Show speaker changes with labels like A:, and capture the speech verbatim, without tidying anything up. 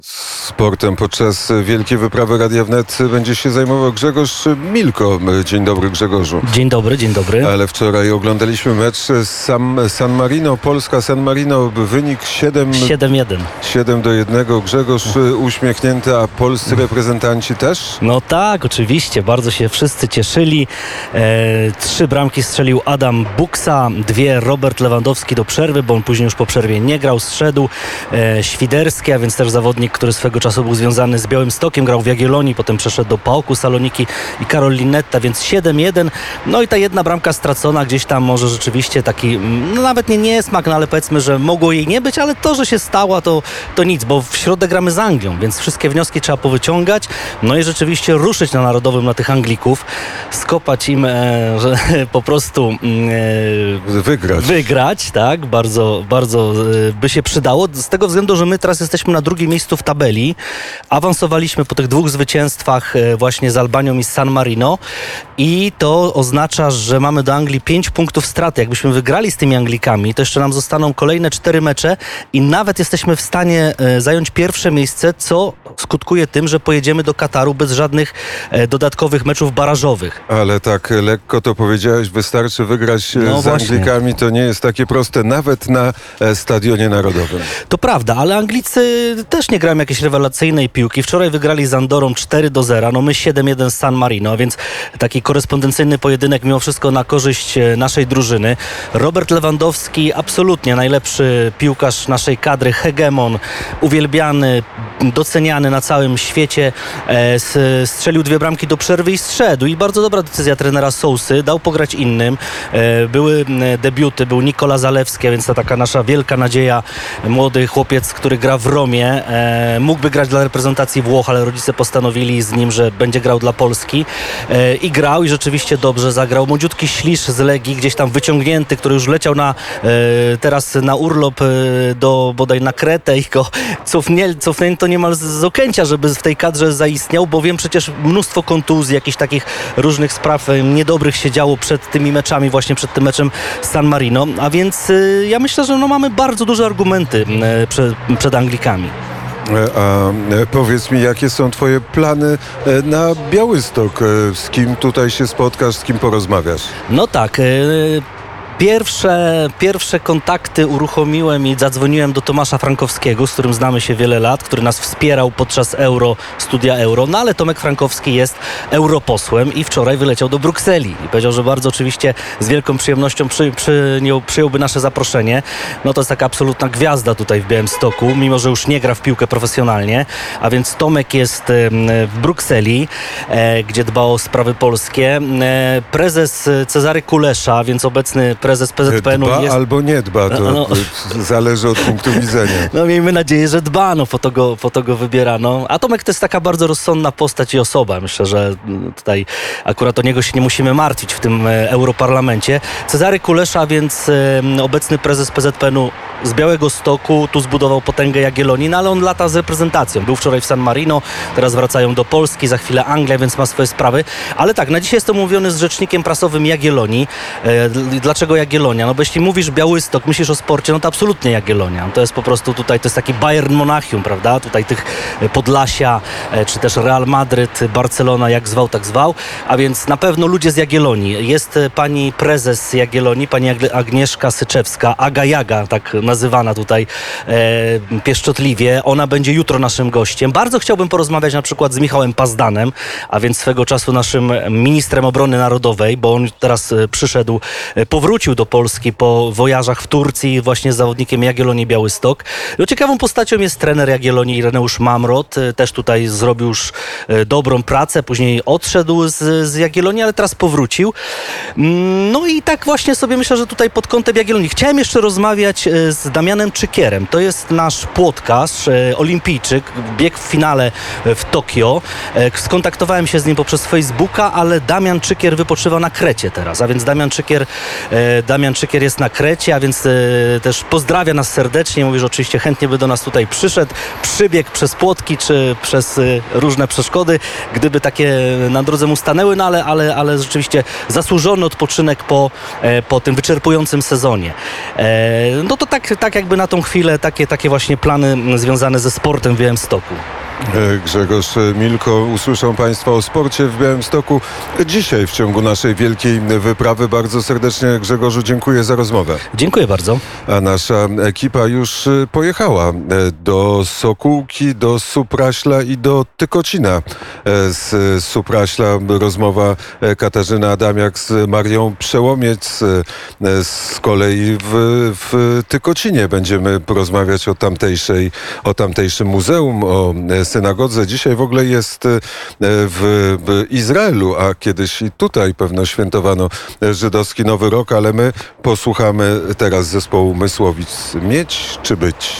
A: Sportem podczas wielkiej wyprawy Radia Wnet będzie się zajmował Grzegorz Milko. Dzień dobry, Grzegorzu.
B: Dzień dobry, dzień dobry.
A: Ale wczoraj oglądaliśmy mecz Sam, San Marino, Polska, San Marino, wynik siedem
B: jeden.
A: siedem do jednego. Grzegorz uśmiechnięty, a polscy reprezentanci też?
B: No tak, oczywiście, bardzo się wszyscy cieszyli. E, trzy bramki strzelił Adam Buksa, dwie Robert Lewandowski do przerwy, bo on później już po przerwie nie grał, zszedł. E, Świderski, a więc też zawodnik, który swego czasu był związany z Białymstokiem, grał w Jagiellonii, potem przeszedł do PAOK-u Saloniki i Karol Linetta, więc siedem jeden. No i ta jedna bramka stracona gdzieś tam może rzeczywiście taki, no nawet nie niesmak, no ale powiedzmy, że mogło jej nie być, ale to, że się stała, to, to nic, bo w środę gramy z Anglią, więc wszystkie wnioski trzeba powyciągać, no i rzeczywiście ruszyć na Narodowym na tych Anglików, skopać im, e, że po prostu
A: e, wygrać.
B: wygrać, tak, bardzo, bardzo e, by się przydało, z tego względu, że my teraz jesteśmy na drugim miejscu w tabeli. Awansowaliśmy po tych dwóch zwycięstwach właśnie z Albanią i z San Marino i to oznacza, że mamy do Anglii pięć punktów straty. Jakbyśmy wygrali z tymi Anglikami, to jeszcze nam zostaną kolejne cztery mecze i nawet jesteśmy w stanie zająć pierwsze miejsce, co skutkuje tym, że pojedziemy do Kataru bez żadnych dodatkowych meczów barażowych.
A: Ale tak lekko to powiedziałeś, wystarczy wygrać no z właśnie. Anglikami, to nie jest takie proste, nawet na Stadionie Narodowym.
B: To prawda, ale Anglicy też nie grają jakiejś rewelacyjnej piłki. Wczoraj wygrali z Andorą cztery do zera, no my siedem jeden z San Marino, a więc taki korespondencyjny pojedynek mimo wszystko na korzyść naszej drużyny. Robert Lewandowski, absolutnie najlepszy piłkarz naszej kadry, hegemon, uwielbiany, doceniany na całym świecie. E, strzelił dwie bramki do przerwy i zszedł. I bardzo dobra decyzja trenera Sousy, dał pograć innym. E, były debiuty, był Nikola Zalewski, a więc ta taka nasza wielka nadzieja, młody chłopiec, który gra w Romie. E, mógłby grać dla reprezentacji Włoch, ale rodzice postanowili z nim, że będzie grał dla Polski. E, I grał i rzeczywiście dobrze zagrał. Młodziutki Ślisz z Legii, gdzieś tam wyciągnięty, który już leciał na, e, teraz na urlop e, do bodaj na Kretę i go cofnie, cofnięto niemal z, z Okęcia, żeby w tej kadrze zaistniał, bo wiem przecież mnóstwo kontuzji, jakichś takich różnych spraw e, niedobrych się działo przed tymi meczami, właśnie przed tym meczem San Marino, a więc e, ja myślę, że no, mamy bardzo duże argumenty e, przed, przed Anglikami.
A: A powiedz mi, jakie są twoje plany na Białystok? Z kim tutaj się spotkasz, z kim porozmawiasz?
B: No tak, yy... Pierwsze, pierwsze kontakty uruchomiłem i zadzwoniłem do Tomasza Frankowskiego, z którym znamy się wiele lat, który nas wspierał podczas Euro, studia Euro, no ale Tomek Frankowski jest europosłem i wczoraj wyleciał do Brukseli i powiedział, że bardzo oczywiście z wielką przyjemnością przy, przy, przyjąłby nasze zaproszenie. No to jest taka absolutna gwiazda tutaj w Białymstoku, mimo że już nie gra w piłkę profesjonalnie, a więc Tomek jest w Brukseli, gdzie dba o sprawy polskie. Prezes Cezary Kulesza, więc obecny prezes Prezes P Z P N-u
A: dba
B: jest...
A: albo nie dba, to no, no. zależy od punktu widzenia.
B: No miejmy nadzieję, że dba, no po to go, po to go wybierano. A Tomek to jest taka bardzo rozsądna postać i osoba. Myślę, że tutaj akurat o niego się nie musimy martwić w tym Europarlamencie. Cezary Kulesza, więc e, obecny prezes P Z P N-u z Białegostoku, tu zbudował potęgę Jagiellonii, no ale on lata z reprezentacją. Był wczoraj w San Marino, teraz wracają do Polski, za chwilę Anglia, więc ma swoje sprawy. Ale tak, na dzisiaj jestem umówiony z rzecznikiem prasowym Jagiellonii. E, dlaczego Jagiellonia? No bo jeśli mówisz Białystok, myślisz o sporcie, no to absolutnie Jagiellonia. To jest po prostu tutaj, to jest taki Bayern Monachium, prawda? Tutaj tych Podlasia, czy też Real Madryt, Barcelona, jak zwał, tak zwał. A więc na pewno ludzie z Jagiellonii. Jest pani prezes Jagiellonii, pani Agnieszka Syczewska, Aga Jaga, tak nazywana tutaj e, pieszczotliwie. Ona będzie jutro naszym gościem. Bardzo chciałbym porozmawiać na przykład z Michałem Pazdanem, a więc swego czasu naszym ministrem obrony narodowej, bo on teraz e, przyszedł, e, powrócił do Polski po wojażach w Turcji właśnie z zawodnikiem Jagiellonii Białystok. No, ciekawą postacią jest trener Jagiellonii Ireneusz Mamrot. E, też tutaj zrobił już e, dobrą pracę. Później odszedł z, z Jagiellonii, ale teraz powrócił. No i tak właśnie sobie myślę, że tutaj pod kątem Jagiellonii. Chciałem jeszcze rozmawiać e, z Damianem Czykierem. To jest nasz płotkarz, e, olimpijczyk, biegł w finale w Tokio. E, skontaktowałem się z nim poprzez Facebooka, ale Damian Czykier wypoczywa na Krecie teraz, a więc Damian Czykier e, Damian Czykier jest na Krecie, a więc też pozdrawia nas serdecznie. Mówi, że oczywiście chętnie by do nas tutaj przyszedł, przybiegł przez płotki czy przez różne przeszkody, gdyby takie na drodze mu stanęły, no ale, ale, ale rzeczywiście zasłużony odpoczynek po, po tym wyczerpującym sezonie. No to tak, tak jakby na tą chwilę takie, takie właśnie plany związane ze sportem w Białymstoku.
A: Grzegorz Milko, usłyszą Państwo o sporcie w Białymstoku dzisiaj w ciągu naszej wielkiej wyprawy. Bardzo serdecznie, Grzegorzu, dziękuję za rozmowę.
B: Dziękuję bardzo.
A: A nasza ekipa już pojechała do Sokółki, do Supraśla i do Tykocina. Z Supraśla rozmowa Katarzyna Adamiak z Marią Przełomiec. Z kolei w, w Tykocinie będziemy porozmawiać o tamtejszej, o tamtejszym muzeum, o synagodze. Dzisiaj w ogóle jest w, w Izraelu, a kiedyś i tutaj pewno świętowano żydowski Nowy Rok, ale my posłuchamy teraz zespołu Mysłowic. Mieć czy być?